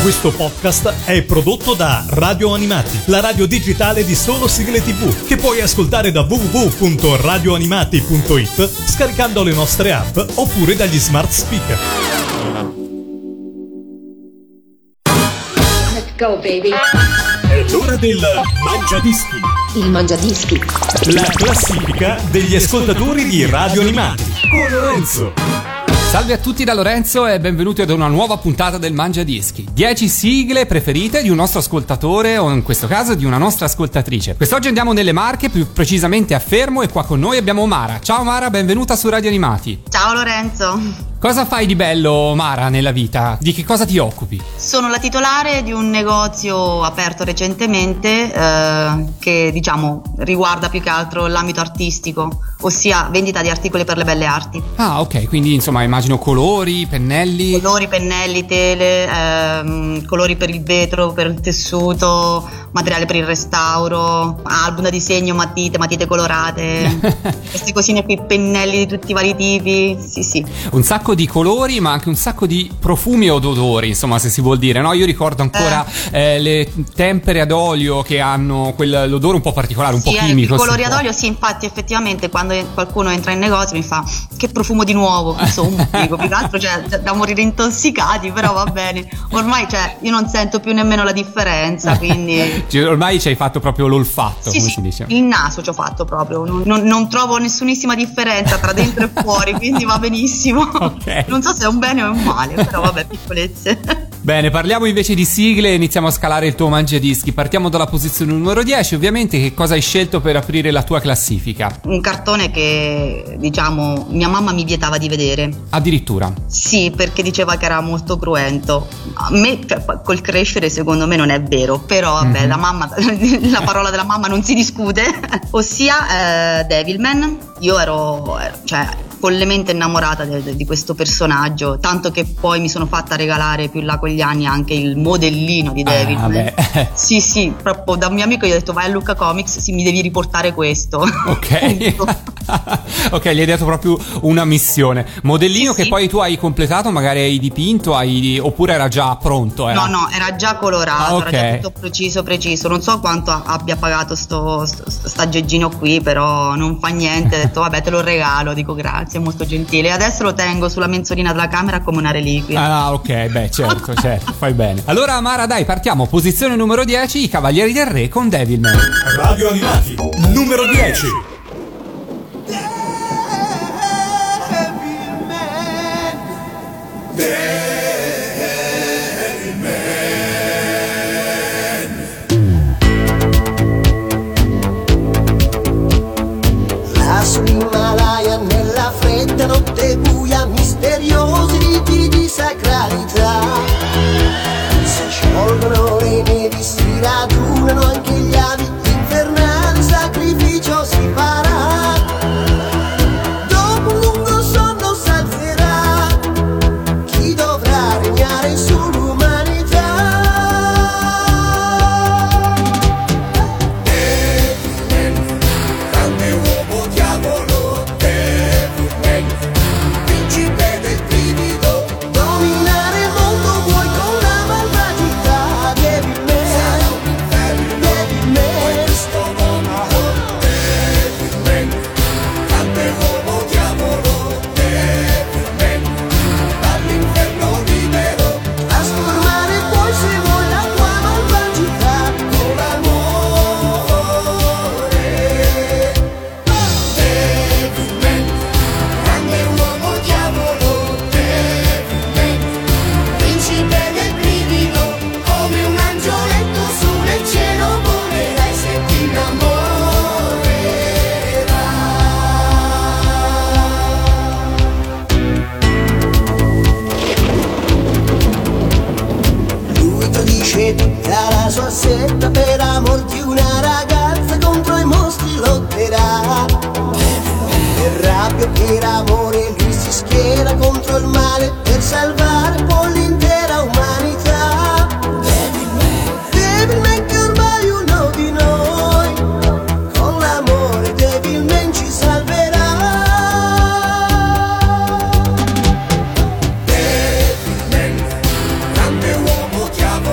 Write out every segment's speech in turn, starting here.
Questo podcast è prodotto da Radio Animati, la radio digitale di solo sigle TV, che puoi ascoltare da www.radioanimati.it scaricando le nostre app oppure dagli smart speaker. Let's go, baby. È l'ora del Mangiadischi. Il Mangiadischi. La classifica degli ascoltatori di Radio Animati con Lorenzo. Salve a tutti da Lorenzo e benvenuti ad una nuova puntata del Mangiadischi. 10 sigle preferite di un nostro ascoltatore o in questo caso di una nostra ascoltatrice. Quest'oggi andiamo nelle Marche, più precisamente a Fermo, e qua con noi abbiamo Mara. Ciao Mara, benvenuta su Radio Animati. Ciao Lorenzo. Cosa fai di bello, Mara, nella vita? Di che cosa ti occupi? Sono la titolare di un negozio aperto recentemente che riguarda più che altro l'ambito artistico, ossia vendita di articoli per le belle arti. Ah, ok, quindi insomma immagino colori, pennelli, tele, colori per il vetro, per il tessuto, materiale per il restauro, album da disegno, matite colorate, queste cosine qui, pennelli di tutti i vari tipi, sì. Un sacco di colori, ma anche un sacco di profumi o odori, insomma, se si vuol dire, no? Io ricordo ancora le tempere ad olio che hanno l'odore un po' particolare, un po' chimico. I colori ad olio, sì, infatti, effettivamente, quando qualcuno entra in negozio mi fa: che profumo di nuovo, insomma, più che altro, da morire intossicati, però va bene. Ormai, io non sento più nemmeno la differenza, quindi... Ormai ci hai fatto proprio l'olfatto, come si dice. Il naso ci ho fatto proprio, non trovo nessunissima differenza tra dentro e fuori, quindi va benissimo. Okay. Non so se è un bene o un male, però vabbè, piccolezze. Bene, parliamo invece di sigle e iniziamo a scalare il tuo Mangiadischi. Partiamo dalla posizione numero 10, ovviamente. Che cosa hai scelto per aprire la tua classifica? Un cartone che, mia mamma mi vietava di vedere. Addirittura? Sì, perché diceva che era molto cruento. A me, col crescere, secondo me non è vero, però vabbè, la parola della mamma non si discute. Ossia Devilman. Io ero follemente innamorata di questo personaggio, tanto che poi mi sono fatta regalare più là con gli anni anche il modellino di Devilman. Sì, proprio da un mio amico gli ho detto: vai a Lucca Comics, sì, mi devi riportare questo. Ok. Ok, gli hai dato proprio una missione. Modellino che poi tu hai completato, magari hai dipinto, oppure era già pronto? No, era già colorato, okay. Era già tutto preciso. Non so quanto abbia pagato sto aggeggino qui, però non fa niente. Ho detto: vabbè, te lo regalo, dico grazie, molto gentile. Adesso lo tengo sulla mensolina della camera come una reliquia. Ah, ok, beh, certo, fai bene. Allora, Mara, dai, partiamo. Posizione numero 10, I Cavalieri del Re con Devilman. Radio Animati, numero 10. L'Himalaya nella fredda notte buia, misteriosi riti di sacralità. Si sciolgono le nevi, si radunano anche gli avi, infernale sacrificio si farà. Dopo un lungo sonno salverà chi dovrà regnare sull'umanità. Devilman, grande uomo diavolo, Devilman, principe del brivido, dominare il mondo vuoi con la malvagità. Devilman, Devilman, questo mondo, Devilman, grande uomo diavolo, Devilman, dall'inferno libero, trasformare poi se vuoi la tua malvagità con l'amore. Devilman, grande uomo diavolo, Devilman, principe del brivido, come un angioletto su nel cielo volerai se ti Lui tradisce tutta la sua setta per amor di una ragazza, contro i mostri lotterà. Per rabbia o per amore lui si schiera contro il male per salvare poi l'intera umanità. Devilman che ormai è uno di noi, con l'amore Devilman ci salverà. Devilman, grande uomo diavolo,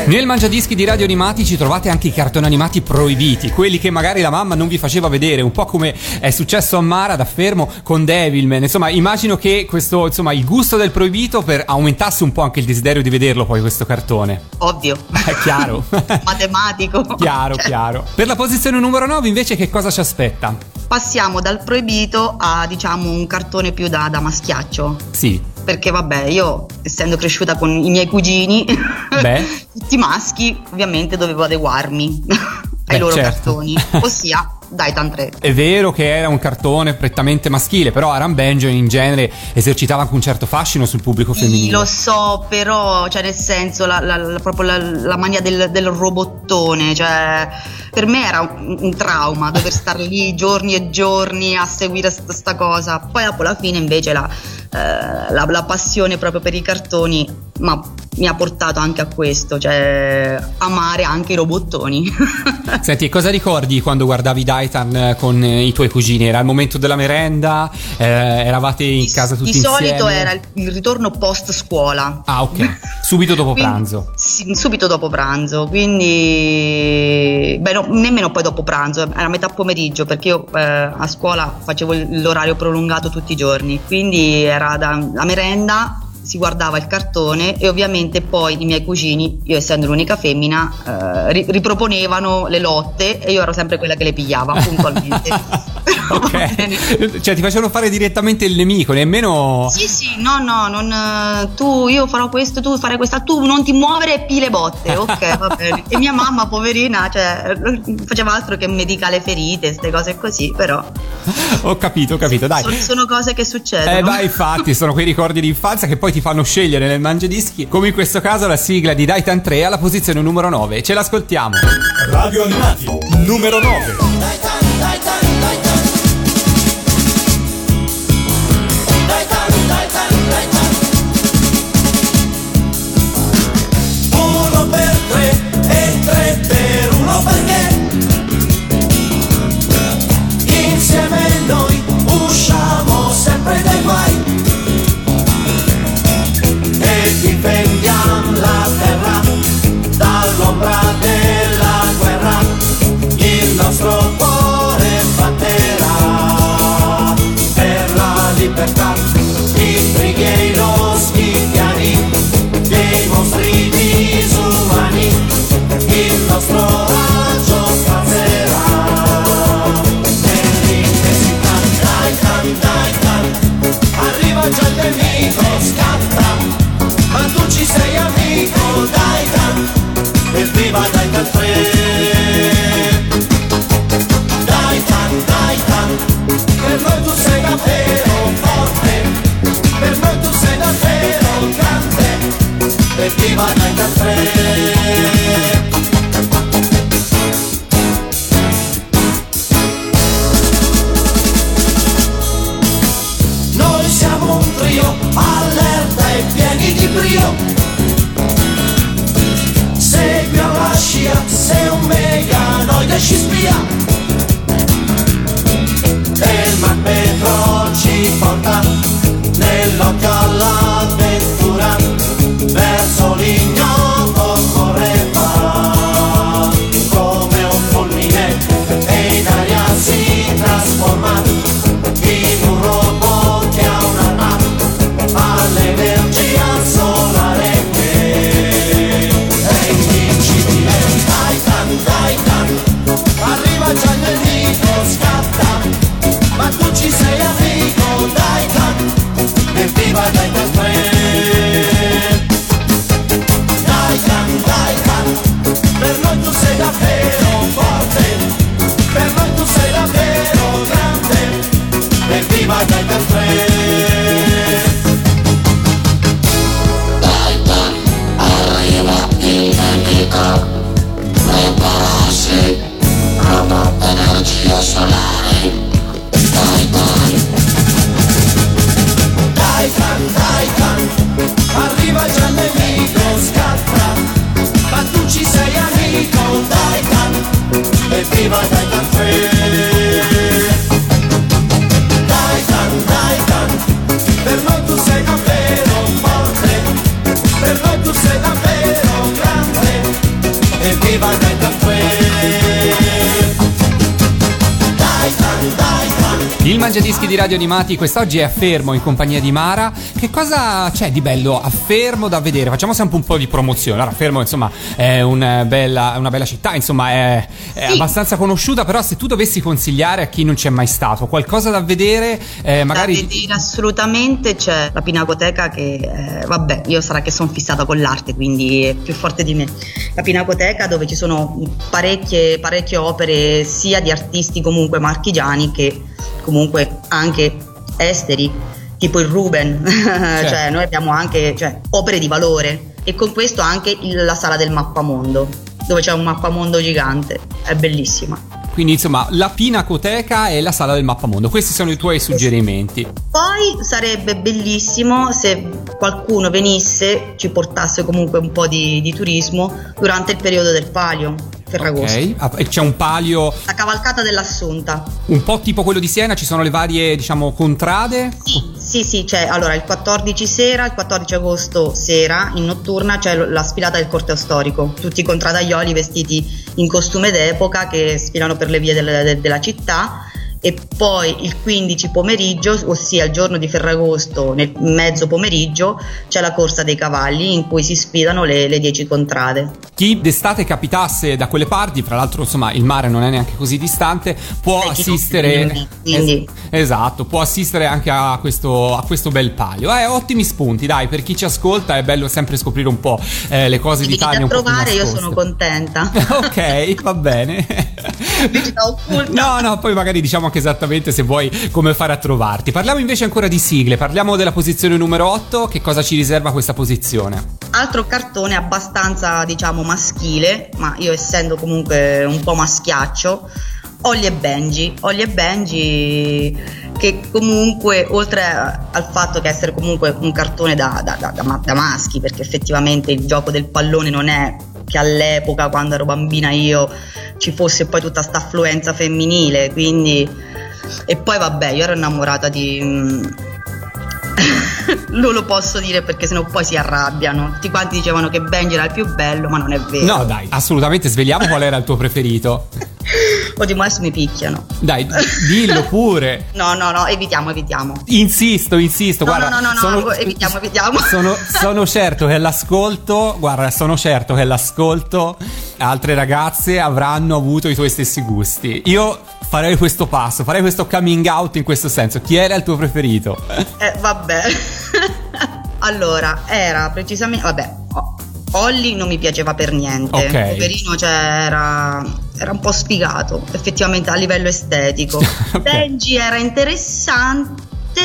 Nel Mangiadischi di Radio Animati ci trovate anche i cartoni animati proibiti, quelli che magari la mamma non vi faceva vedere, un po' come è successo a Mara ad Affermo con Devilman. Insomma, immagino che questo, insomma, il gusto del proibito aumentasse un po' anche il desiderio di vederlo poi questo cartone. Ovvio. È chiaro. Matematico. Chiaro. Per la posizione numero 9 invece che cosa ci aspetta? Passiamo dal proibito a, diciamo, un cartone più da maschiaccio. Sì. Perché vabbè, io essendo cresciuta con i miei cugini, tutti maschi, ovviamente dovevo adeguarmi ai loro cartoni, ossia Daitan 3. È vero che era un cartone prettamente maschile, però Aram Benjamin in genere esercitava anche un certo fascino sul pubblico femminile. Lo so, però, cioè, nel senso, proprio la mania del robottone, cioè, per me era un trauma dover stare lì giorni e giorni a seguire sta cosa. Poi dopo alla fine invece la passione proprio per i cartoni mi ha portato anche a questo, cioè amare anche i robottoni. Senti, cosa ricordi quando guardavi Daitan con i tuoi cugini? Era il momento della merenda? Eravate in casa tutti insieme? Di solito era il ritorno post scuola. Ah, ok. Subito dopo pranzo. Sì, subito dopo pranzo, quindi nemmeno poi dopo pranzo, era metà pomeriggio, perché io a scuola facevo l'orario prolungato tutti i giorni, quindi era la merenda, si guardava il cartone e ovviamente poi i miei cugini, io essendo l'unica femmina, riproponevano le lotte e io ero sempre quella che le pigliava puntualmente. Ok, cioè ti facevano fare direttamente il nemico, nemmeno... Sì, no, io farò questo, tu farai questa, tu non ti muovere e pile botte, ok, va bene. E mia mamma, poverina, cioè, faceva altro che medica le ferite, queste cose così, però... Ho capito, dai. Sono cose che succedono. Dai, infatti, sono quei ricordi di infanzia che poi ti fanno scegliere nel Mangiadischi, come in questo caso la sigla di Daitan 3 alla posizione numero 9. Ce l'ascoltiamo. Radio Animati, numero 9. Uno per tre e tre per uno, perché insieme noi usciamo sempre dai guai e difendiamo la terra dall'ombra della guerra. Il nostro cuore batterà per la libertà, i brighi e i loschiani dei mostri disumani. Il nostro raggio spazierà nell'intensità. Daitan, arriva già il nemico, scatta, ma tu ci sei amico. Daitan, evviva Daitan 3. Daitan, per noi tu sei davvero forte, per noi tu sei davvero grande. Evviva Daitan 3. Noi siamo un trio allerta e pieni di brio. Segui alla scia, sei un meganoide ci spia. E il Magneto ci porta nell'occhio all'avventura, verso l'ignoto correva come un fulmine e in aria si trasforma in un robot che ha un'arma all'energia solare che è invincibile. Daitan, arriva già il nemico, scatta, ma tu ci sei amico. Daitan, evviva Daitan 3. Daitan, per noi tu sei davvero forte, per noi tu sei davvero grande. Evviva Daitan 3. Daitan, arriva il nemico, prepararsi, robot energia solare. Daitan, arriva già il nemico, scatta, ma tu ci sei amico. Daitan, evviva Daitan 3. Daitan, per noi tu sei davvero forte, per noi tu sei davvero grande. Mangiadischi di Radio Animati quest'oggi è a Fermo in compagnia di Mara. Che cosa c'è di bello a Fermo da vedere? Facciamo sempre un po' di promozione. Allora, Fermo insomma è una bella città, insomma è Sì. abbastanza conosciuta, però se tu dovessi consigliare a chi non c'è mai stato qualcosa da vedere, magari... Da vedere assolutamente c'è la Pinacoteca che, vabbè, io sarà che sono fissata con l'arte, quindi è più forte di me. La Pinacoteca dove ci sono parecchie opere sia di artisti comunque marchigiani che comunque anche esteri, tipo il Ruben, Certo. cioè noi abbiamo anche opere di valore, e con questo anche la sala del mappamondo, dove c'è un mappamondo gigante, è bellissima. Quindi insomma la Pinacoteca e la sala del mappamondo, questi sono i tuoi suggerimenti. Poi sarebbe bellissimo se qualcuno venisse, ci portasse comunque un po' di turismo durante il periodo del Palio, Ferragosto. Ok, e c'è un palio La cavalcata dell'Assunta. un po' tipo quello di Siena, ci sono le varie, diciamo, contrade. Sì, c'è allora il 14 agosto sera in notturna c'è la sfilata del corteo storico, tutti i contradaioli vestiti in costume d'epoca che sfilano per le vie della città, e poi il 15 pomeriggio, ossia il giorno di Ferragosto, nel mezzo pomeriggio c'è la corsa dei cavalli in cui si sfidano le 10 contrade. Chi d'estate capitasse da quelle parti, fra l'altro insomma il mare non è neanche così distante, può assistere, quindi esatto, può assistere anche a questo bel palio. Ottimi spunti, dai, per chi ci ascolta è bello sempre scoprire un po' le cose se d'Italia un venite a po' più trovare io nascoste. sono contenta. Ok, va bene. Visita occulta. No, poi magari diciamo anche esattamente se vuoi come fare a trovarti. Parliamo invece ancora di sigle, parliamo della posizione numero 8, che cosa ci riserva questa posizione? Altro cartone abbastanza, diciamo, maschile, ma io essendo comunque un po' maschiaccio, Holly e Benji, che comunque oltre al fatto che essere comunque un cartone da maschi, perché effettivamente il gioco del pallone non è che all'epoca, quando ero bambina io, ci fosse poi tutta sta affluenza femminile, quindi... E poi vabbè, io ero innamorata di... non lo posso dire perché sennò poi si arrabbiano. Tutti quanti dicevano che Benji era il più bello, ma non è vero. No, dai, assolutamente, sveliamo qual era il tuo preferito. Oddio, adesso mi picchiano. Dai, dillo pure. No, evitiamo. Insisto, guarda. No, evitiamo. Sono certo che all'ascolto, altre ragazze avranno avuto i tuoi stessi gusti. Io farei questo passo, farei questo coming out in questo senso. Chi era il tuo preferito? Vabbè. Allora, era precisamente... Vabbè, Holly non mi piaceva per niente. Ok. Poverino, cioè era un po' sfigato, effettivamente a livello estetico. Ok. Benji era interessante,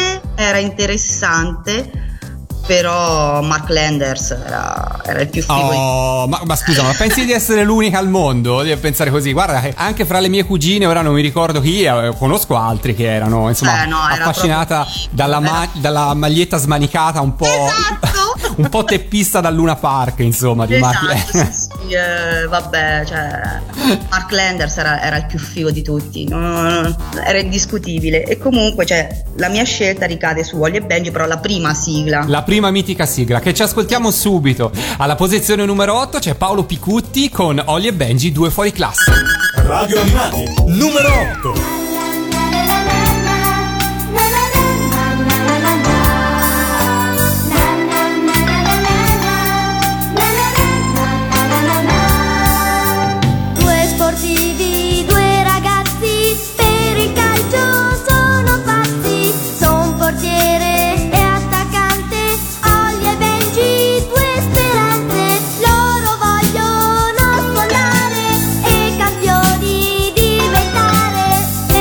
però Mark Landers era il più figo. Oh, ma scusa, ma pensi di essere l'unica al mondo? Devi pensare così. Guarda che anche fra le mie cugine, ora non mi ricordo chi, conosco altri che erano, insomma, No, era affascinata dalla maglietta smanicata un po'. Esatto. Un po' teppista dal Luna Park, insomma, di Mark Landers. Sì, vabbè, cioè Mark Landers era il più figo di tutti, era indiscutibile. E comunque, cioè, la mia scelta ricade su Holly e Benji, però la prima sigla. La prima mitica sigla che ci ascoltiamo subito. Alla posizione numero 8 c'è Paolo Picutti con Holly e Benji, 2 fuori classe. Radio Animati, numero 8. Due sportivi, due ragazzi, per il calcio sono pazzi, son portiere e attaccante, Holly e Benji, due speranze, loro vogliono sfondare e campioni diventare,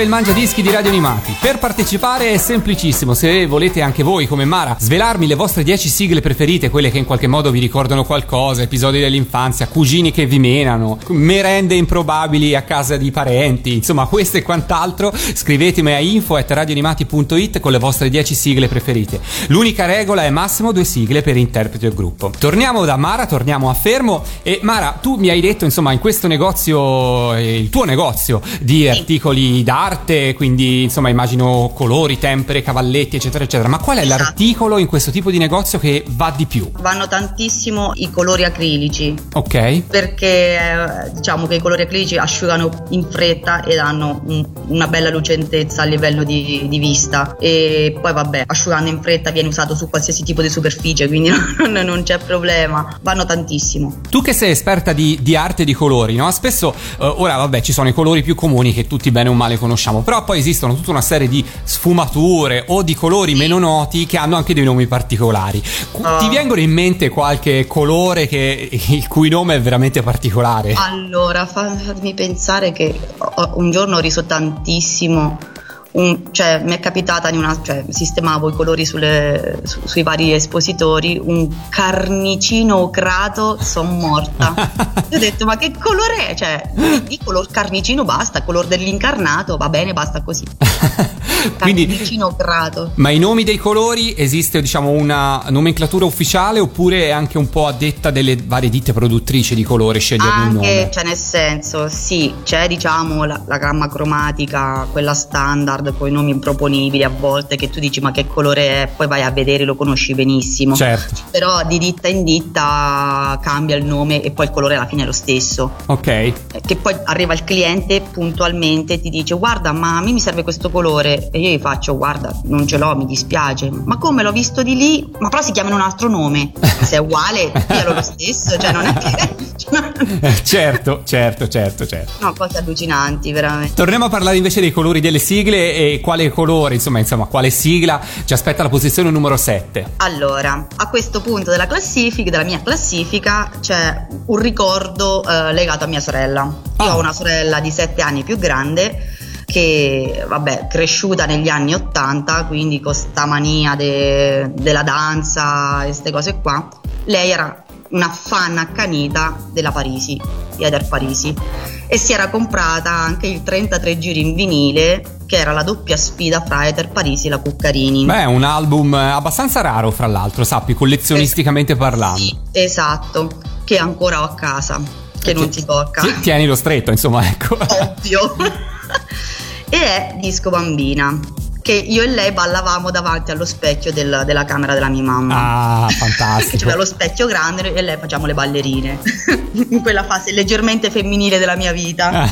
è il Mangiadischi di Radio Animati. Per partecipare è semplicissimo, se volete anche voi come Mara svelarmi le vostre 10 sigle preferite, quelle che in qualche modo vi ricordano qualcosa, episodi dell'infanzia, cugini che vi menano, merende improbabili a casa di parenti, insomma questo e quant'altro, scrivetemi a info@radioanimati.it con le vostre 10 sigle preferite. L'unica regola è massimo 2 sigle per interprete o gruppo. Torniamo da Mara, torniamo a Fermo. E Mara, tu mi hai detto insomma in questo negozio, il tuo negozio di articoli d'arte, quindi insomma immagino colori, tempere, cavalletti eccetera eccetera, ma qual è l'articolo in questo tipo di negozio che va di più? Vanno tantissimo i colori acrilici. Ok. Perché diciamo che i colori acrilici asciugano in fretta ed hanno una bella lucentezza a livello di vista, e poi vabbè, asciugando in fretta viene usato su qualsiasi tipo di superficie, quindi non c'è problema, vanno tantissimo. Tu che sei esperta di arte e di colori, no? Spesso ora vabbè ci sono i colori più comuni che tutti bene o male conosciamo, però poi esistono tutta una serie di sfumature o di colori meno noti che hanno anche dei nomi particolari. Ti vengono in mente qualche colore il cui nome è veramente particolare? Allora, fammi pensare che un giorno ho riso tantissimo. Cioè mi è capitata sistemavo i colori sui vari espositori, un carnicino ocrato, son morta. Io ho detto ma che colore è? Cioè di color carnicino basta, color dell'incarnato, va bene, basta così. Carnicino ocrato. Ma i nomi dei colori esiste diciamo una nomenclatura ufficiale oppure è anche un po' a detta delle varie ditte produttrici di colore scegliere un nome? Cioè nel senso sì, c'è diciamo la gamma cromatica, quella standard, con i nomi improponibili a volte che tu dici ma che colore è, poi vai a vedere, lo conosci benissimo. Certo. Però di ditta in ditta cambia il nome e poi il colore alla fine è lo stesso. Ok. Che poi arriva il cliente puntualmente e ti dice guarda ma a me mi serve questo colore, e io gli faccio guarda non ce l'ho, mi dispiace. Ma come, l'ho visto di lì? Ma però si chiama in un altro nome. Se è uguale diglielo lo stesso, cioè non è che certo. No, cose allucinanti veramente. Torniamo a parlare invece dei colori delle sigle e quale colore, insomma quale sigla ci aspetta alla posizione numero 7. Allora, a questo punto della mia classifica c'è un ricordo legato a mia sorella. Io ho una sorella di 7 anni più grande che vabbè cresciuta negli anni 80, quindi con sta mania della danza e queste cose qua. Lei era una fan accanita della Parisi, di Eder Parisi, e si era comprata anche il 33 giri in vinile, che era la doppia sfida fra Eder Parisi e la Cuccarini. Beh, un album abbastanza raro fra l'altro, sappi, collezionisticamente parlando. Sì, esatto, che ancora ho a casa, che non si tocca. Tienilo stretto, insomma, ecco. Ovvio. E è Disco Bambina, che io e lei ballavamo davanti allo specchio della camera della mia mamma. Ah, fantastico. C'era lo specchio grande e lei facciamo le ballerine in quella fase leggermente femminile della mia vita.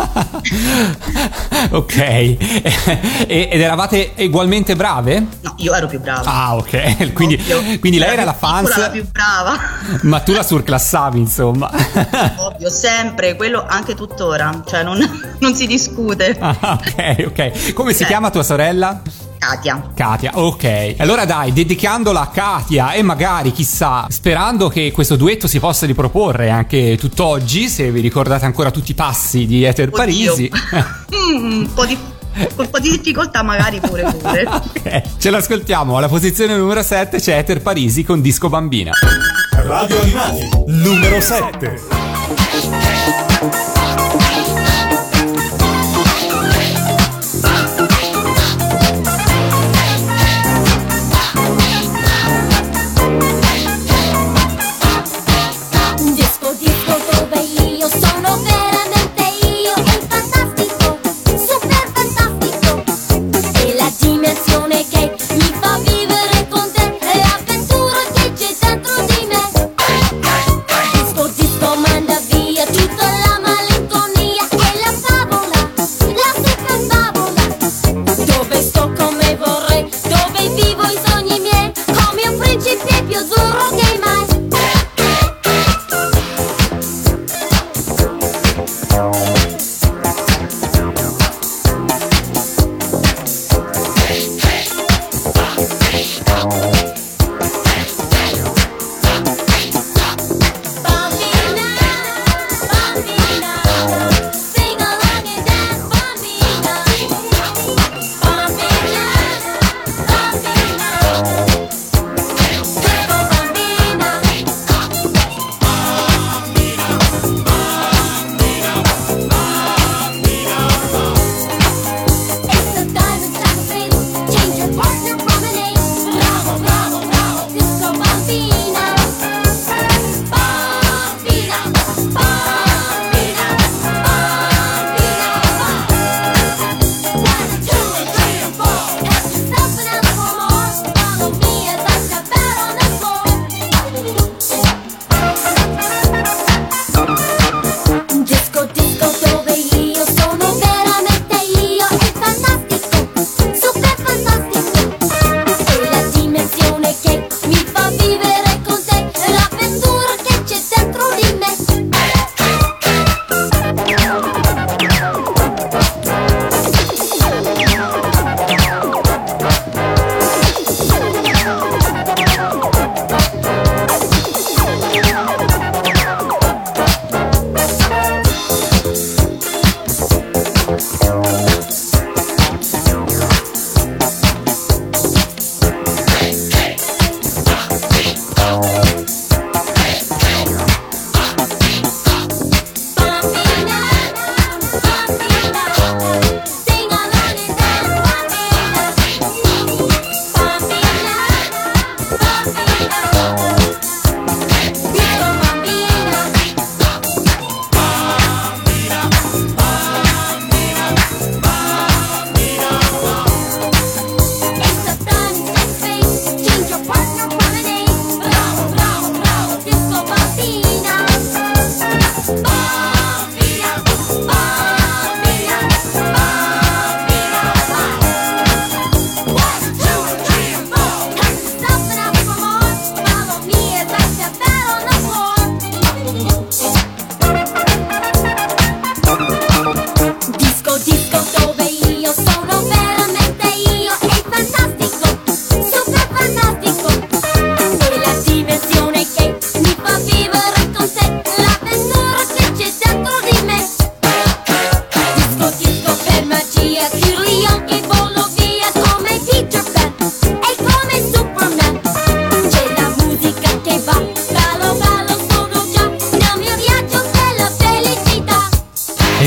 Ok. Ed eravate ugualmente brave? No, io ero più brava. Ah, ok. Quindi lei era la fans, la più brava. ma tu la surclassavi, insomma. Ovvio, sempre, quello anche tuttora, cioè non si discute. Ah, ok. Come si chiama tua sorella? Katia, ok. Allora dai, dedicandola a Katia e magari, chissà, sperando che questo duetto si possa riproporre anche tutt'oggi, se vi ricordate ancora tutti i passi di Eder Parisi. Un po' di difficoltà magari pure. Ok, ce l'ascoltiamo. Alla posizione numero 7 c'è Eder Parisi con Disco Bambina. Radio Animati, numero 7. Disco, disco, man.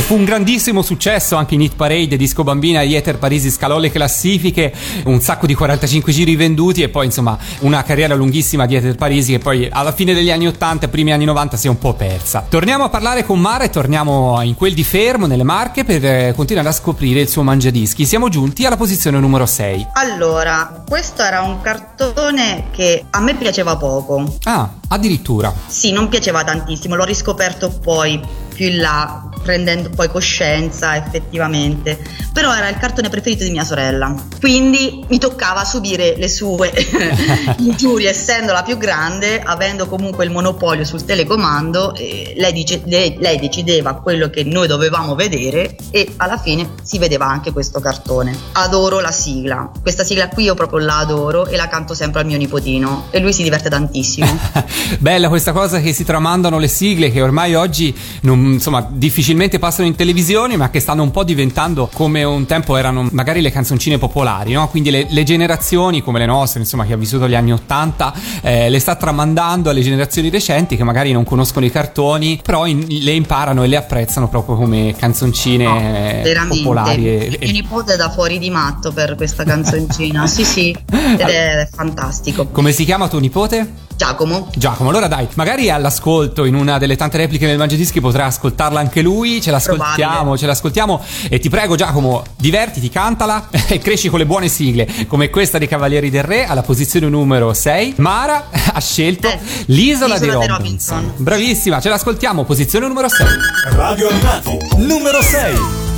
Fu un grandissimo successo anche in Hit Parade, Disco Bambina, Yeter Parisi scalò le classifiche, un sacco di 45 giri venduti e poi insomma una carriera lunghissima di Yeter Parisi che poi alla fine degli anni 80 e primi anni 90 si è un po' persa. Torniamo a parlare con Mara e torniamo in quel di Fermo, nelle Marche, per continuare a scoprire il suo mangiadischi. Siamo giunti alla posizione numero 6. Allora, questo era un cartone che a me piaceva poco. Ah, addirittura. Sì, non piaceva tantissimo, l'ho riscoperto poi più in là, prendendo poi coscienza effettivamente, però era il cartone preferito di mia sorella, quindi mi toccava subire le sue ingiurie, essendo la più grande, avendo comunque il monopolio sul telecomando. Lei decideva quello che noi dovevamo vedere e alla fine si vedeva anche questo cartone. Adoro la sigla, questa sigla qui io proprio la adoro e la canto sempre al mio nipotino e lui si diverte tantissimo. Bella questa cosa che si tramandano le sigle che ormai oggi difficilmente passano in televisione, ma che stanno un po' diventando come un tempo erano magari le canzoncine popolari, no? Quindi le generazioni come le nostre, insomma, chi ha vissuto gli anni 80 le sta tramandando alle generazioni recenti che magari non conoscono i cartoni, però le imparano e le apprezzano proprio come canzoncine popolari. Mio nipote è da fuori di matto per questa canzoncina. sì, ed è fantastico. Come si chiama tuo nipote? Giacomo, allora dai, magari all'ascolto in una delle tante repliche del Mangiadischi potrà ascoltarla anche lui, ce l'ascoltiamo e ti prego Giacomo, divertiti, cantala e cresci con le buone sigle come questa dei Cavalieri del Re. Alla posizione numero 6 Mara ha scelto L'isola di Robinson. Bravissima, ce l'ascoltiamo, posizione numero 6. Radio Animati, numero 6.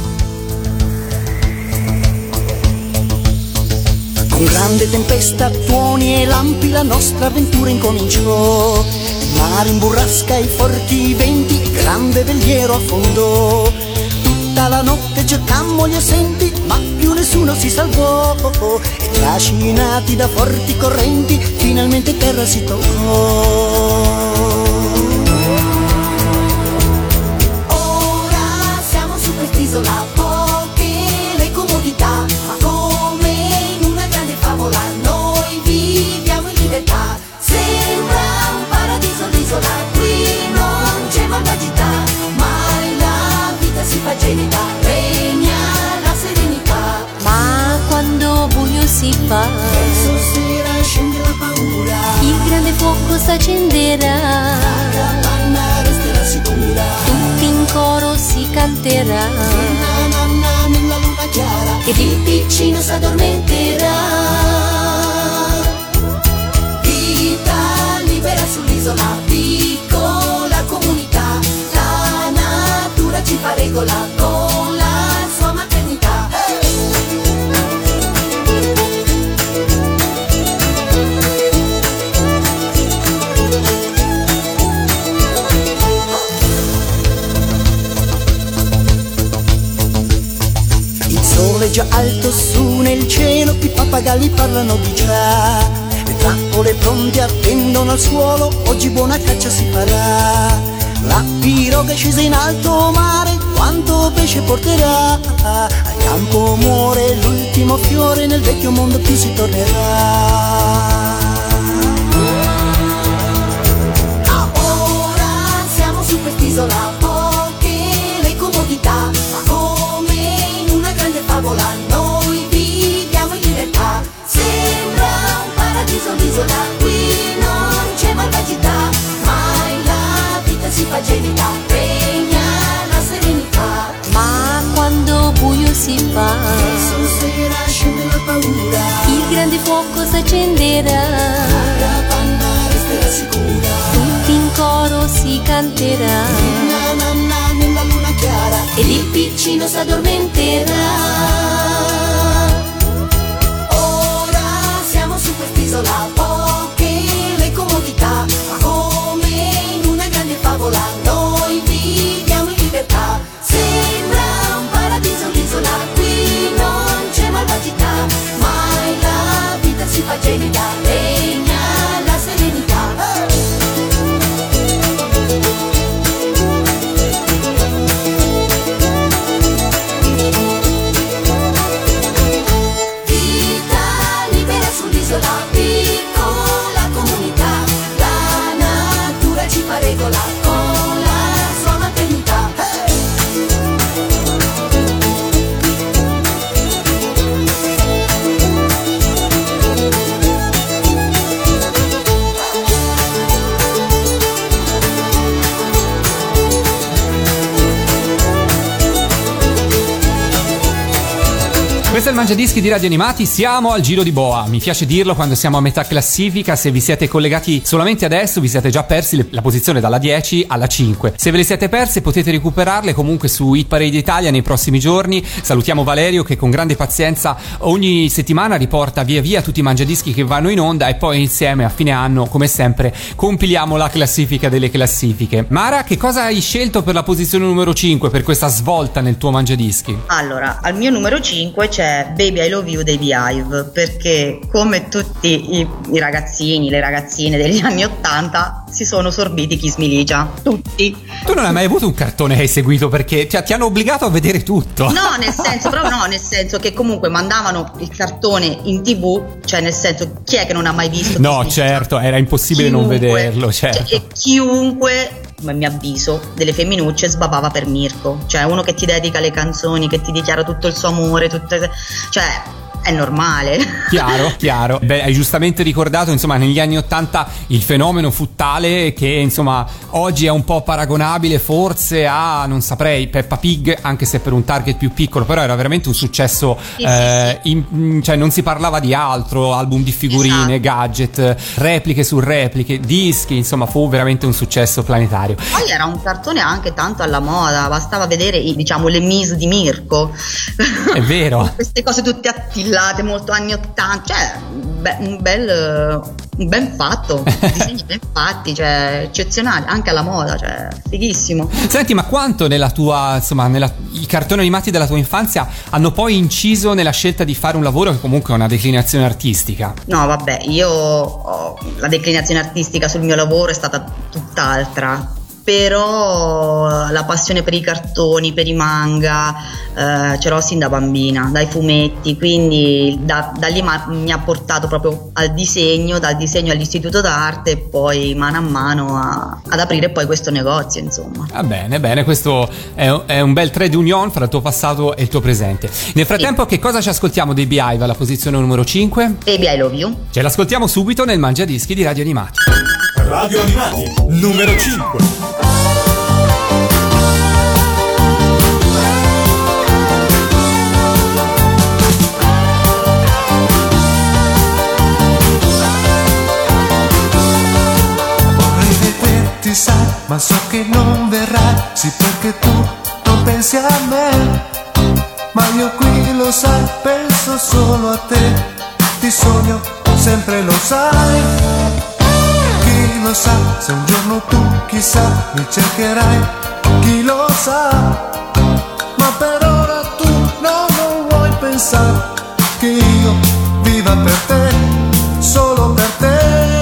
Con grande tempesta, tuoni e lampi la nostra avventura incominciò. Il mare imburrasca i forti venti, grande veliero affondò. Tutta la notte cercammo gli assenti, ma più nessuno si salvò. E trascinati da forti correnti, finalmente terra si toccò. Ora siamo su quest'isola, poche le comodità, ma come in una grande favola noi viviamo in libertà. Sembra un paradiso l'isola, qui non c'è malvagità, mai la vita si fa gelida, regna la serenità. Ma quando buio si fa, Verso sera scende la paura, il grande fuoco s'accenderà, la panna resterà sicura, tutti in coro si canterà, la nanna nella luna chiara, ed il piccino s'addormenterà. vita libera sull'isola, piccola comunità, la natura ci fa regola con la sua maternità. Il sole già alto su nel cielo, i pappagalli parlano di già, le trappole pronte attendono al suolo, oggi buona caccia si farà. La piroga è scesa in alto mare, quanto pesce porterà, al campo muore l'ultimo fiore, nel vecchio mondo più si tornerà. Ora siamo su quest'isola, poche le comodità, ma come in una grande favola noi viviamo in libertà. Sembra un paradiso l'isola, qui non c'è malvagità, mai la vita si fa gelida, regna la serenità. Ma quando buio si fa, Verso sera scende la paura, il grande fuoco s'accenderà, la panna resterà sicura, tutti in coro si canterà, la nanna nella luna chiara, ed il piccino s'addormenterà. Ora siamo su quest'isola, poche le comodità, ma come in una grande favola noi viviamo in libertà. Sembra un paradiso l'isola, qui non c'è malvagità, mai la vita si fa gelida, regna la serenità. Questo è il Mangiadischi di Radio Animati, siamo al giro di boa. Mi piace dirlo quando siamo a metà classifica. Se vi siete collegati solamente adesso vi siete già persi la posizione dalla 10 alla 5. Se ve le siete perse potete recuperarle comunque su Hit Parade Italia nei prossimi giorni. Salutiamo Valerio che con grande pazienza ogni settimana riporta via via tutti i Mangiadischi che vanno in onda e poi insieme a fine anno, come sempre, compiliamo la classifica delle classifiche. Mara, che cosa hai scelto per la posizione numero 5, per questa svolta nel tuo Mangiadischi? Allora, al mio numero 5 c'è Baby I Love You dei Beehive, perché come tutti i ragazzini, le ragazzine degli anni 80 si sono sorbiti Kiss Me Licia, tutti. Tu non hai mai avuto un cartone che hai seguito perché ti hanno obbligato a vedere tutto? No, nel senso che comunque mandavano il cartone in TV, cioè nel senso, chi è che non ha mai visto? No, certo, era impossibile non vederlo, certo. Cioè, e chiunque, a mio avviso, delle femminucce sbavava per Mirko, cioè uno che ti dedica le canzoni, che ti dichiara tutto il suo amore, cioè è normale. Chiaro. Beh, hai giustamente ricordato, insomma, negli anni 80 il fenomeno fu tale che, insomma, oggi è un po' paragonabile forse a, non saprei, Peppa Pig, anche se per un target più piccolo, però era veramente un successo. Sì. Cioè non si parlava di altro, album di figurine, esatto, gadget, repliche su repliche, dischi, insomma, fu veramente un successo planetario. Poi era un cartone anche tanto alla moda, bastava vedere, diciamo, le Miss di Mirko. È vero. Queste cose tutte attillate, molto anni 80, cioè un ben fatto, disegni ben fatti, cioè eccezionali, anche alla moda, cioè fighissimo. Senti, ma quanto nella tua, insomma, i cartoni animati della tua infanzia hanno poi inciso nella scelta di fare un lavoro che comunque è una declinazione artistica? No, vabbè, la declinazione artistica sul mio lavoro è stata tutt'altra. Però la passione per i cartoni, per i manga, ce l'ho sin da bambina, dai fumetti, quindi da lì mi ha portato proprio al disegno, dal disegno all'istituto d'arte e poi mano a mano ad aprire poi questo negozio, insomma. Va bene, questo è un bel trade union fra il tuo passato e il tuo presente. Nel frattempo, Che cosa ci ascoltiamo dei Beehive alla posizione numero 5? Baby I Love You. Ce l'ascoltiamo subito nel Mangiadischi di Radio Animati. Radio Animati, numero 5. Sai, ma so che non verrai, sì perché tu non pensi a me, ma io qui lo sai, penso solo a te, ti sogno, sempre lo sai, chi lo sa, se un giorno tu chissà mi cercherai, chi lo sa, ma per ora tu non vuoi pensare che io viva per te, solo per te.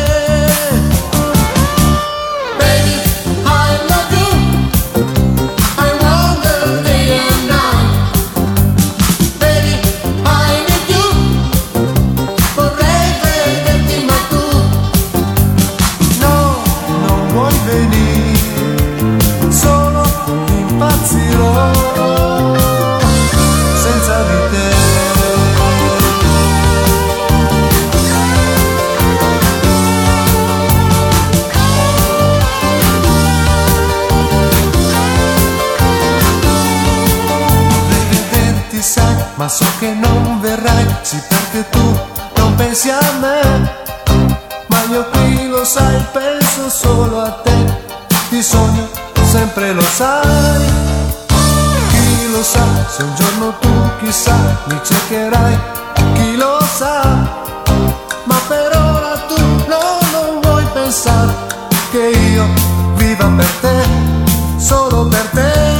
Ma so che non verrai, sì perché tu non pensi a me, ma io qui lo sai, penso solo a te, ti sogno, sempre lo sai, chi lo sa, se un giorno tu chissà mi cercherai, chi lo sa, ma per ora tu non vuoi pensare che io viva per te, solo per te.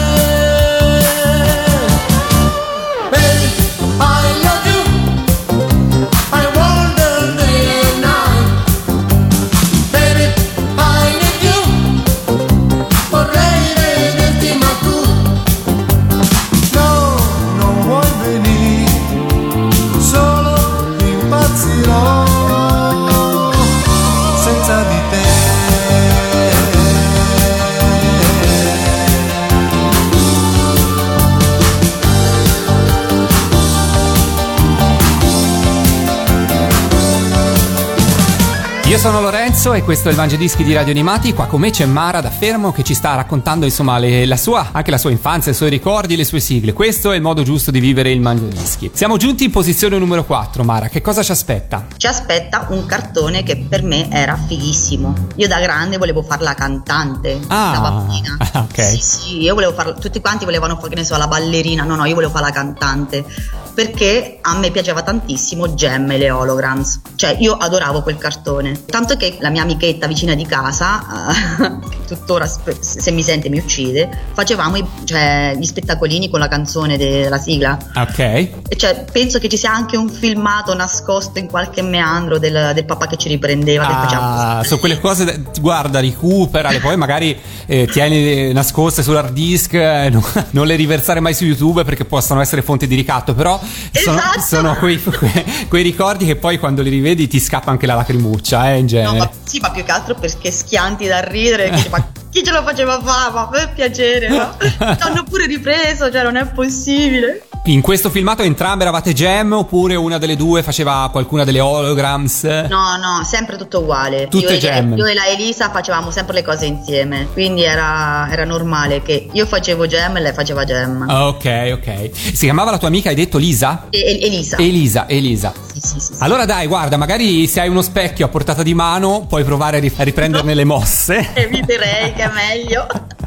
Io sono Lorenzo e questo è il Mangiadischi di Radio Animati. Qua con me c'è Mara da Fermo che ci sta raccontando insomma anche la sua infanzia, i suoi ricordi, le sue sigle. Questo è il modo giusto di vivere il Mangiadischi. Siamo giunti in posizione numero 4, Mara. Che cosa ci aspetta? Ci aspetta un cartone che per me era fighissimo. Io da grande volevo fare la cantante, da bambina. Ok. Sì, io volevo fare, tutti quanti volevano fare, che ne so, la ballerina. No, io volevo fare la cantante. Perché a me piaceva tantissimo Gem e le Holograms. Cioè, io adoravo quel cartone. Tanto che la mia amichetta vicina di casa, tuttora se mi sente mi uccide, facevamo gli spettacolini con la canzone della sigla. Ok. E cioè, penso che ci sia anche un filmato nascosto in qualche meandro del papà che ci riprendeva. Che faceva sono quelle cose, guarda, recuperale, poi magari tieni nascoste sull'hard disk, non le riversare mai su YouTube perché possono essere fonte di ricatto, però sono quei ricordi che poi quando li rivedi ti scappa anche la lacrimuccia, in genere. No, ma più che altro perché schianti da ridere, ma chi ce lo faceva fare? Ma per piacere, no? L'hanno pure ripreso, cioè non è possibile. In questo filmato entrambe eravate Gem oppure una delle due faceva qualcuna delle Holograms? No, sempre tutto uguale. Tutte Gem. Io e la Elisa facevamo sempre le cose insieme, quindi era normale che io facevo Gem e lei faceva Gem. Ok. Si chiamava la tua amica, hai detto Lisa? Elisa. Sì. Allora dai, guarda, magari se hai uno specchio a portata di mano puoi provare a riprenderne le mosse. Eviterei, che è meglio.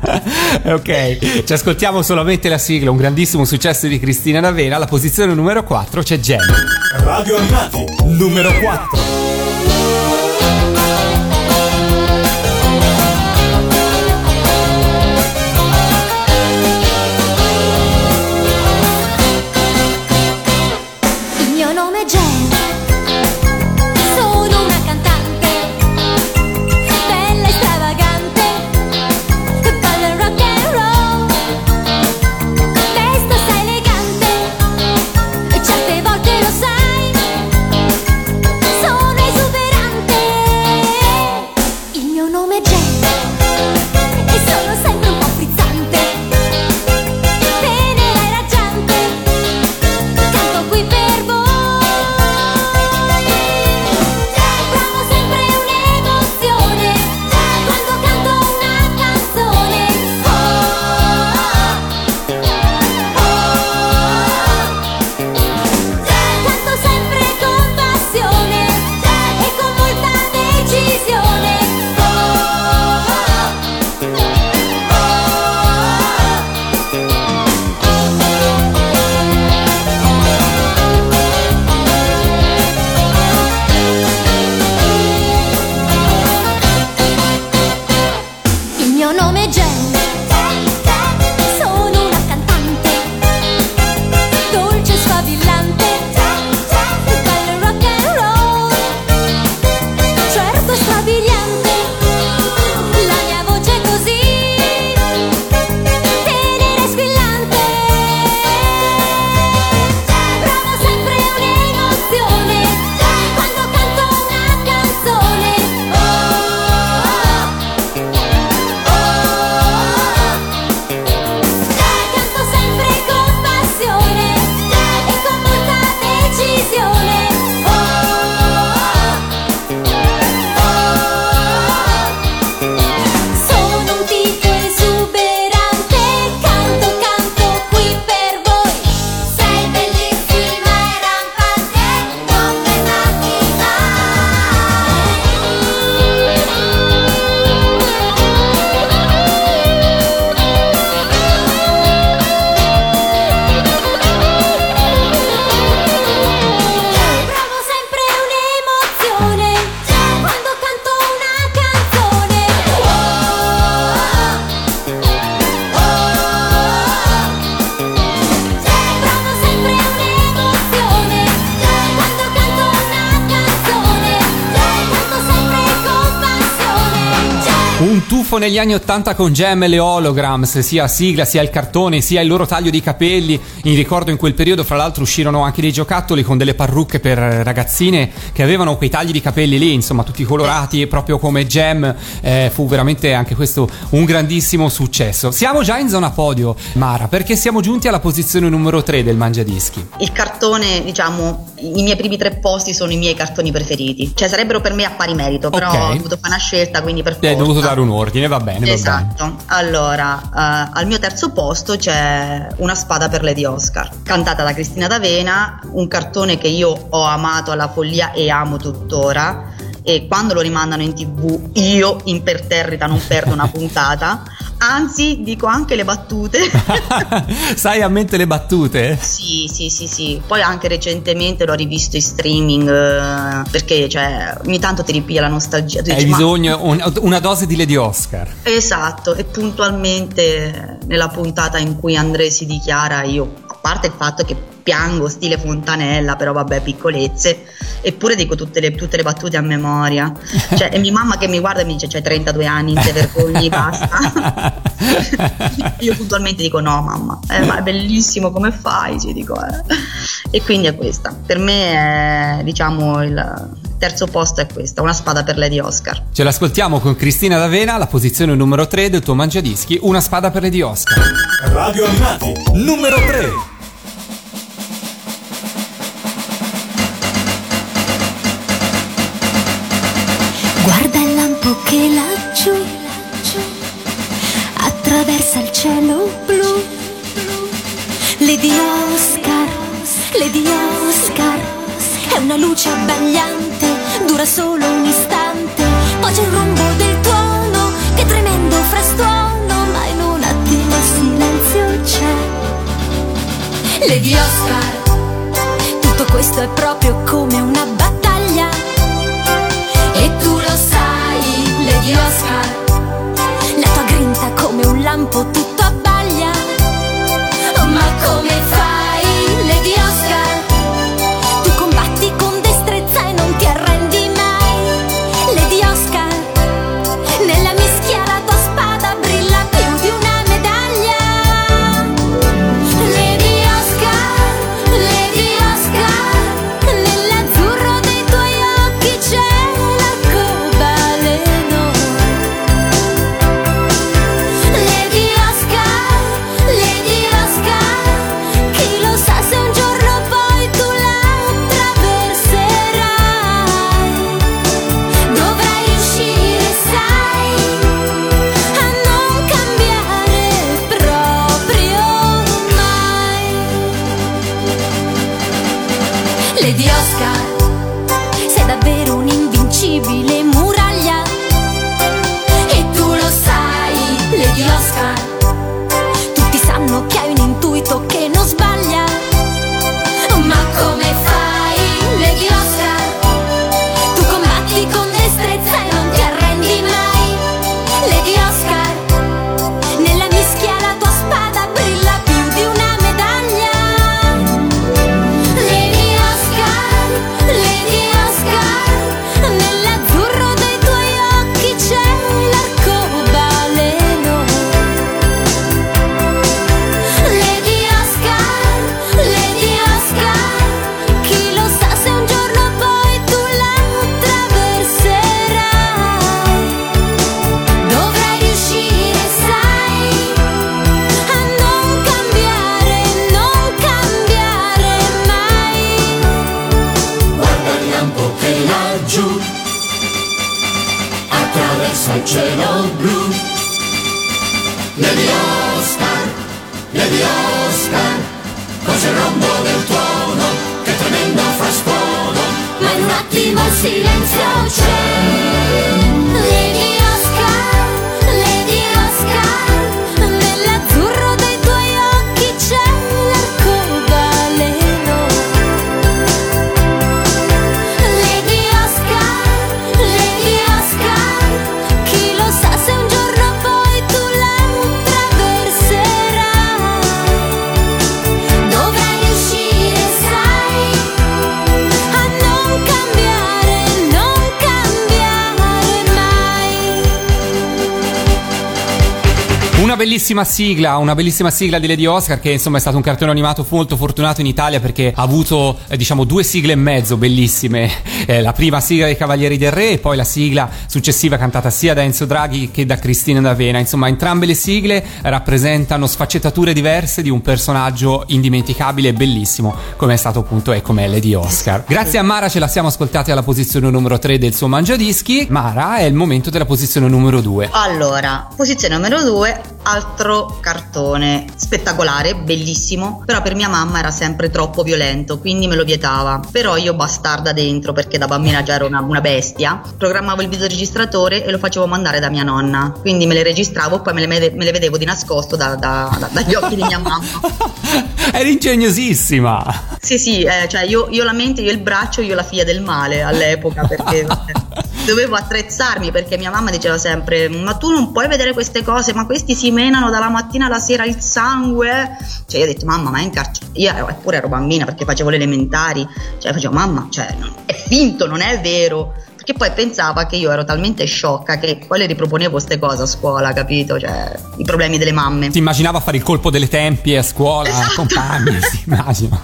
Ok, ci ascoltiamo solamente la sigla, un grandissimo successo di Cristina D'Avena. Alla posizione numero 4 c'è Gem. Radio Animati, numero 4. So Un tuffo negli anni 80 con Jem e le Holograms, sia sigla sia il cartone sia il loro taglio di capelli. In ricordo in quel periodo fra l'altro uscirono anche dei giocattoli con delle parrucche per ragazzine che avevano quei tagli di capelli lì, insomma tutti colorati proprio come Jem. Fu veramente anche questo un grandissimo successo. Siamo già in zona podio, Mara, perché siamo giunti alla posizione numero 3 del Mangiadischi. Il cartone, diciamo, i miei primi 3 posti sono i miei cartoni preferiti, cioè sarebbero per me a pari merito, però Ok. ho dovuto fare una scelta, quindi per forza. Hai dovuto dare un ordine, va bene, va Esatto. bene. Allora, al mio terzo posto c'è Una spada per Lady Oscar, cantata da Cristina D'Avena, un cartone che io ho amato alla follia e amo tuttora, e quando lo rimandano in TV io imperterrita non perdo una puntata, anzi dico anche le battute. Sai a mente le battute? Sì. Poi anche recentemente l'ho rivisto in streaming, perché cioè ogni tanto ti ripiglia la nostalgia. Tu Hai dici, bisogno una dose di Lady Oscar. Esatto, e puntualmente nella puntata in cui André si dichiara, io, a parte il fatto che piango stile Fontanella, però vabbè, piccolezze, eppure dico tutte le battute a memoria, cioè, e mia mamma che mi guarda e mi dice: c'hai 32 anni, non ti vergogni, basta. Io puntualmente dico: no mamma, ma è bellissimo, come fai? Ci dico, E quindi è questa, per me è, diciamo, il terzo posto è questa, Una spada per Lady Oscar. Ce l'ascoltiamo con Cristina D'Avena, la posizione numero 3 del tuo Mangiadischi, Una spada per Lady Oscar. Radio Animati, numero 3. Guarda il lampo che laggiù attraversa il cielo blu. Lady Oscar, Lady Oscar, è una luce abbagliante, dura solo un istante, poi c'è il rombo del tuono, che tremendo frastuono, ma in un attimo il silenzio c'è. Lady Oscar, tutto questo è proprio come una battaglia, e tu lo sai, Lady Oscar, la tua grinta come un lampo tutto abbaglia. Ma come fai, Lady Oscar? Tu combatti con destrezza e non ti arrendi mai. Lady Oscar, nella mischia la tua spada brilla più di una medaglia. Lady Oscar, nell'azzurro dei tuoi occhi c'è l'arcobaleno. Lady Oscar, chi lo sa se un giorno poi tu la attraverserai. Dovrai riuscire, sai, a non cambiare proprio mai. Lady Oscar, sei davvero un'invincibile muraglia, e tu lo sai, Lady Oscar, tutti sanno che hai un intuito che non sbaglia. Ma come fai, Lady Oscar? Tu combatti con destrezza e non ti arrendi mai. Lady Oscar, nella mischia la tua spada brilla più di una medaglia. Lady Oscar, nell'azzurro dei tuoi occhi c'è l'arcobaleno. Lady Oscar, chi lo sa se un giorno poi tu la attraverserai. Dovrai riuscire, sai, a non cambiare mai. Guarda il lampo che laggiù attraversa il cielo blu. Lady Oscar, cos'è il rombo del tuono, che tremendo frastuono, Ma in un attimo il silenzio c'è. Lady Oscar, nell'azzurro dei tuoi occhi c'è l'arcobaleno. Lady Oscar, chi lo sa se un giorno poi tu la attraverserai. Dovrai riuscire, sai, a non cambiare Una bellissima sigla di Lady Oscar, che insomma è stato un cartone animato molto fortunato in Italia perché ha avuto diciamo 2 sigle e mezzo bellissime, la prima sigla dei Cavalieri del Re e poi la sigla successiva cantata sia da Enzo Draghi che da Cristina D'Avena. Insomma, entrambe le sigle rappresentano sfaccettature diverse di un personaggio indimenticabile e bellissimo come è stato appunto e come è Lady Oscar. Grazie a Mara ce la siamo ascoltati alla posizione numero 3 del suo Mangiadischi. Mara, è il momento della posizione numero 2. Allora, posizione numero 2, altro cartone spettacolare, bellissimo, però per mia mamma era sempre troppo violento, quindi me lo vietava. Però io, bastarda dentro, perché da bambina già ero una bestia, programmavo il videoregistratore e lo facevo mandare da mia nonna, quindi me le registravo e poi me le vedevo di nascosto dagli occhi di mia mamma. Eri ingegnosissima. Sì, cioè io la mente, io il braccio, io la figlia del male all'epoca, perché dovevo attrezzarmi, perché mia mamma diceva sempre: ma tu non puoi vedere queste cose, ma questi si menano dalla mattina alla sera il sangue. Cioè io ho detto: mamma, ma è in carcere. Io eppure ero bambina perché facevo le elementari, cioè facevo: mamma, cioè è finto, non è vero. Perché poi pensava che io ero talmente sciocca che poi le riproponevo queste cose a scuola, capito? Cioè i problemi delle mamme. Ti immaginava fare il colpo delle tempie a scuola, esatto. Compagni, si immagina.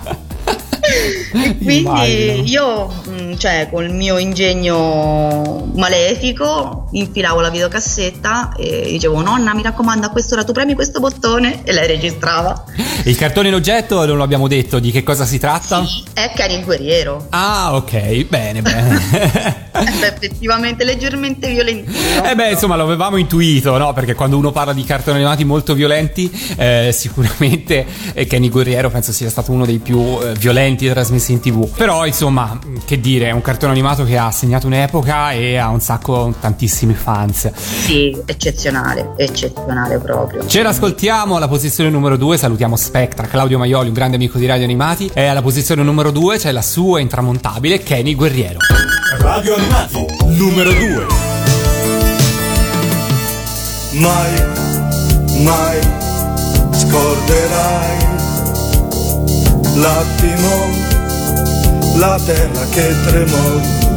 E quindi io, cioè, col mio ingegno malefico infilavo la videocassetta e dicevo: nonna, mi raccomando, a quest'ora tu premi questo bottone, e lei registrava. Il cartone in oggetto non lo abbiamo detto, di che cosa si tratta? Sì, è Kenny il guerriero. Ah, ok, bene. Effettivamente leggermente violentino. Insomma, lo avevamo intuito, no? Perché quando uno parla di cartoni animati molto violenti, sicuramente Kenny Guerriero penso sia stato uno dei più violenti trasmessi in TV. Però insomma, che dire, è un cartone animato che ha segnato un'epoca e ha tantissimi fans. Sì, eccezionale proprio. Ce l'ascoltiamo alla posizione numero 2. Salutiamo Spectra, Claudio Maioli, un grande amico di Radio Animati. E alla posizione numero 2 c'è la sua intramontabile Kenny Guerriero. Radio Animati numero 2. Mai scorderai l'attimo, la terra che tremò,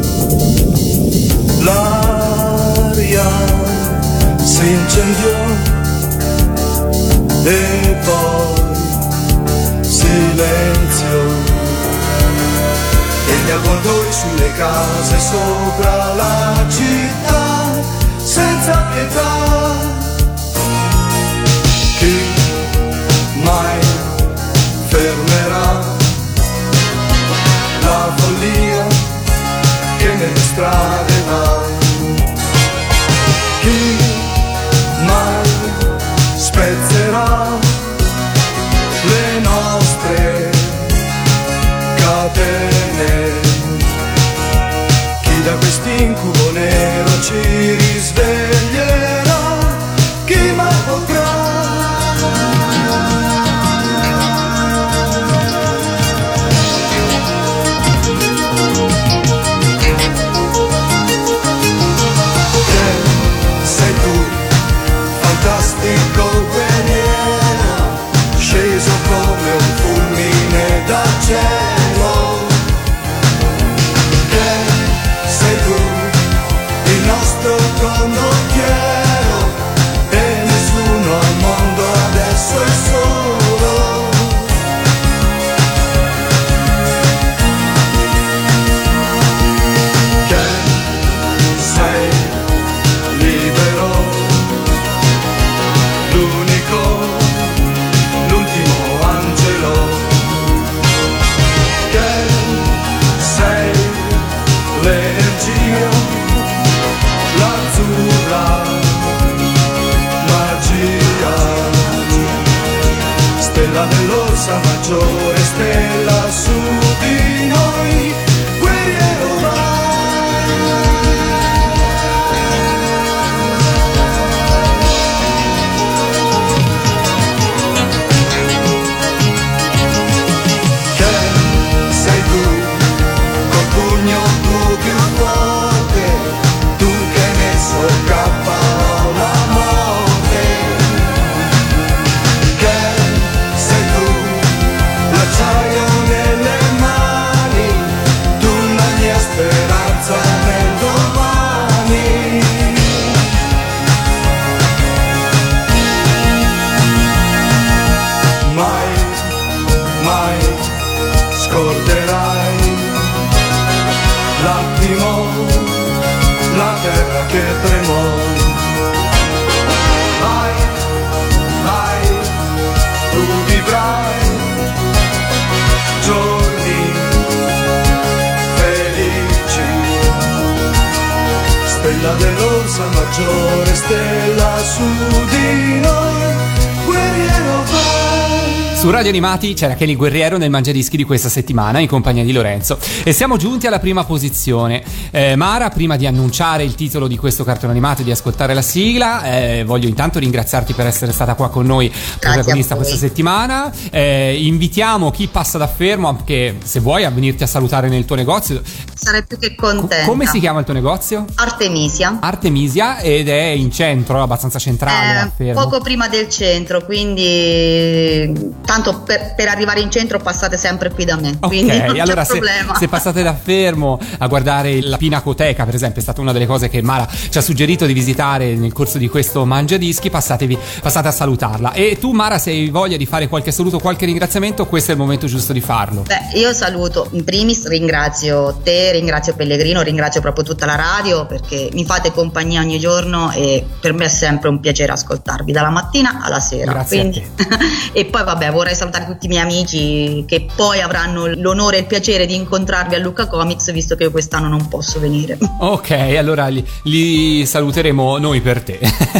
l'aria si incendiò e poi silenzio. E gli avvoltoi sulle case sopra la città, senza pietà. Chi mai fermerà la follia che nelle strade va? Chi mai spezzerà le nostre catene? Chi da quest'incubo nero ci risveglierà? Chi mai potrà? Fantastico guerriero, sceso come un fulmine dal cielo. Che sei tu, il nostro condottiero, e nessuno al mondo adesso è solo. Che sei libero, l'ultimo angelo. Che sei l'energia, l'azzurra magia, stella dell'Orsa Maggiore, stella su di noi, guerriero vai. L'acciaio nelle mani. terra che tremò. Vai, vai, tu vivrai giorni felici. Stella dell'Orsa Maggiore, stella su di noi, guerriero vai. Su Radio Animati c'era Kelly Guerriero nel Mangiadischi di questa settimana in compagnia di Lorenzo e siamo giunti alla prima posizione. Mara, prima di annunciare il titolo di questo cartone animato e di ascoltare la sigla, voglio intanto ringraziarti per essere stata qua con noi, protagonista questa settimana. Invitiamo chi passa da Fermo, anche se vuoi, a venirti a salutare nel tuo negozio. Sarei più che contenta. Come si chiama il tuo negozio? Artemisia, ed è in centro, abbastanza centrale a Fermo. Poco prima del centro, quindi tanto per arrivare in centro passate sempre qui da me, quindi non allora c'è problema. se passate da Fermo a guardare la Pinacoteca, per esempio, è stata una delle cose che Mara ci ha suggerito di visitare nel corso di questo Mangiadischi, passate a salutarla. E tu, Mara, se hai voglia di fare qualche saluto, qualche ringraziamento, questo è il momento giusto di farlo. Io saluto, in primis ringrazio te, ringrazio Pellegrino, ringrazio proprio tutta la radio perché mi fate compagnia ogni giorno e per me è sempre un piacere ascoltarvi dalla mattina alla sera. Grazie a te. E poi vabbè, vorrei salutare tutti i miei amici che poi avranno l'onore e il piacere di incontrarvi a Lucca Comics, visto che io quest'anno non posso venire. Ok, allora li saluteremo noi per te.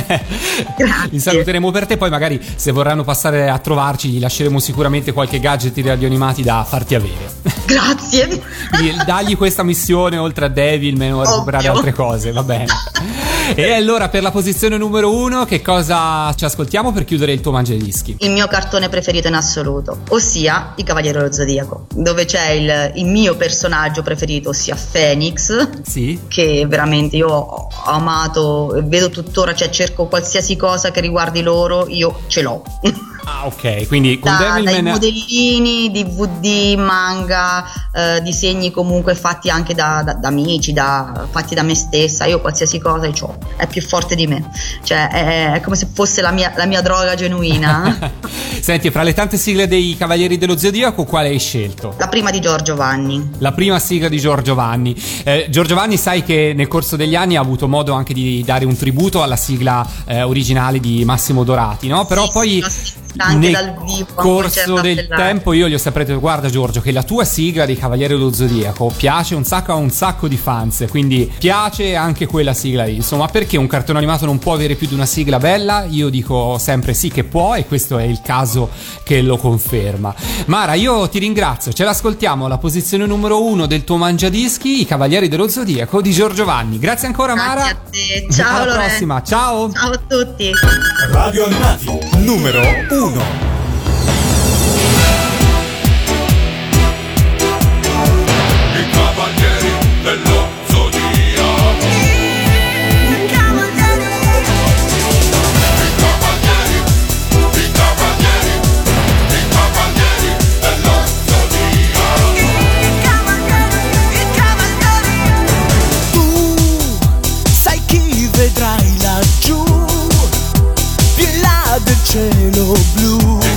Grazie. Li saluteremo per te, poi magari se vorranno passare a trovarci gli lasceremo sicuramente qualche gadget di Radio Animati da farti avere. Grazie. Quindi dagli questa missione oltre a Devilman o a recuperare altre cose, va bene. E allora per la posizione numero 1 che cosa ci ascoltiamo per chiudere il tuo Mangiadischi? Il mio cartone preferito in assoluto, ossia I Cavalieri dello Zodiaco, dove c'è il mio personaggio preferito, ossia Phoenix, sì, che veramente io ho amato e vedo tuttora, cioè cerco qualsiasi cosa che riguardi loro, io ce l'ho. Ah, ok, quindi con Devilman... dai modellini, DVD, manga, disegni comunque fatti anche da amici, fatti da me stessa, io qualsiasi cosa c'ho, è più forte di me, cioè è come se fosse la mia droga genuina. Senti, fra le tante sigle dei Cavalieri dello Zodiaco, quale hai scelto? La prima di Giorgio Vanni. La prima sigla di Giorgio Vanni. Giorgio Vanni, sai che nel corso degli anni ha avuto modo anche di dare un tributo alla sigla originale di Massimo Dorati, no? Però sì, poi... anche nel dal vivo, corso del tempo io gli ho sempre detto: guarda Giorgio, che la tua sigla dei Cavalieri dello Zodiaco piace un sacco a un sacco di fans, quindi piace anche quella sigla lì. Insomma, perché un cartone animato non può avere più di una sigla bella? Io dico sempre sì che può, e questo è il caso che lo conferma. Mara, io ti ringrazio, ce l'ascoltiamo alla posizione numero 1 del tuo Mangiadischi, I Cavalieri dello Zodiaco di Giorgio Vanni. Grazie ancora, Mara. Grazie a te. Ciao, alla Lorenzo. prossima, ciao. Ciao a tutti. Radio Animati numero 1. I Cavalieri dello Zodiaco. I Cavalieri dello Zodiaco. Tu sai chi vedrai laggiù, più in là del cielo blu.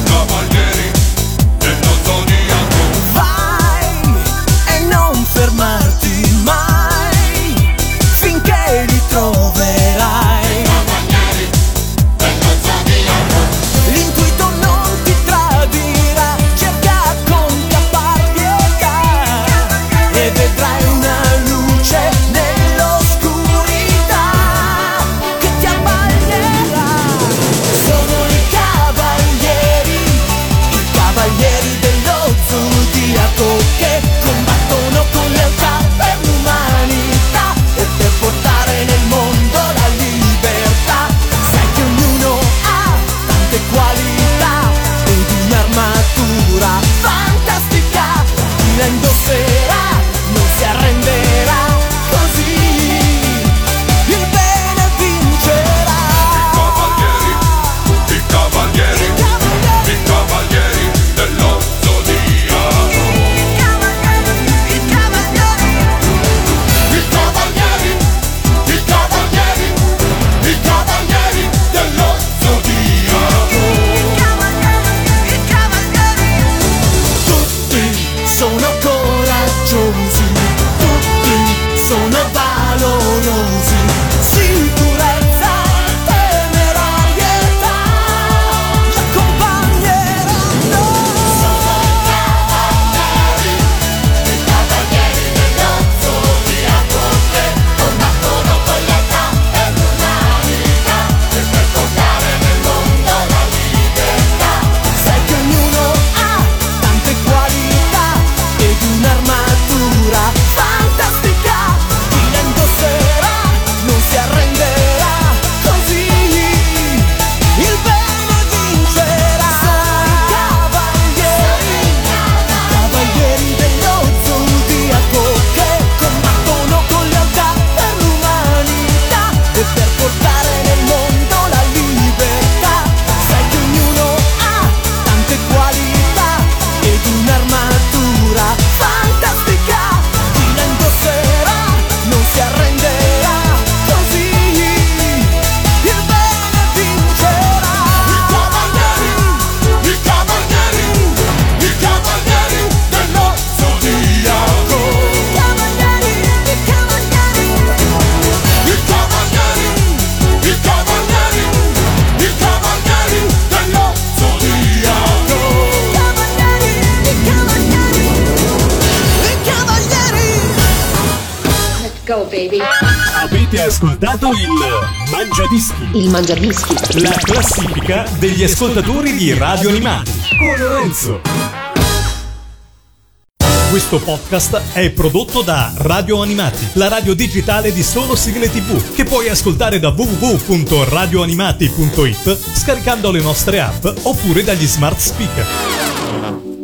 baby. Avete ascoltato il Mangiadischi, Il Mangiadischi. la classifica degli ascoltatori di Radio Animati con Lorenzo. Questo podcast è prodotto da Radio Animati, la radio digitale di solo sigle TV, che puoi ascoltare da www.radioanimati.it scaricando le nostre app oppure dagli smart speaker.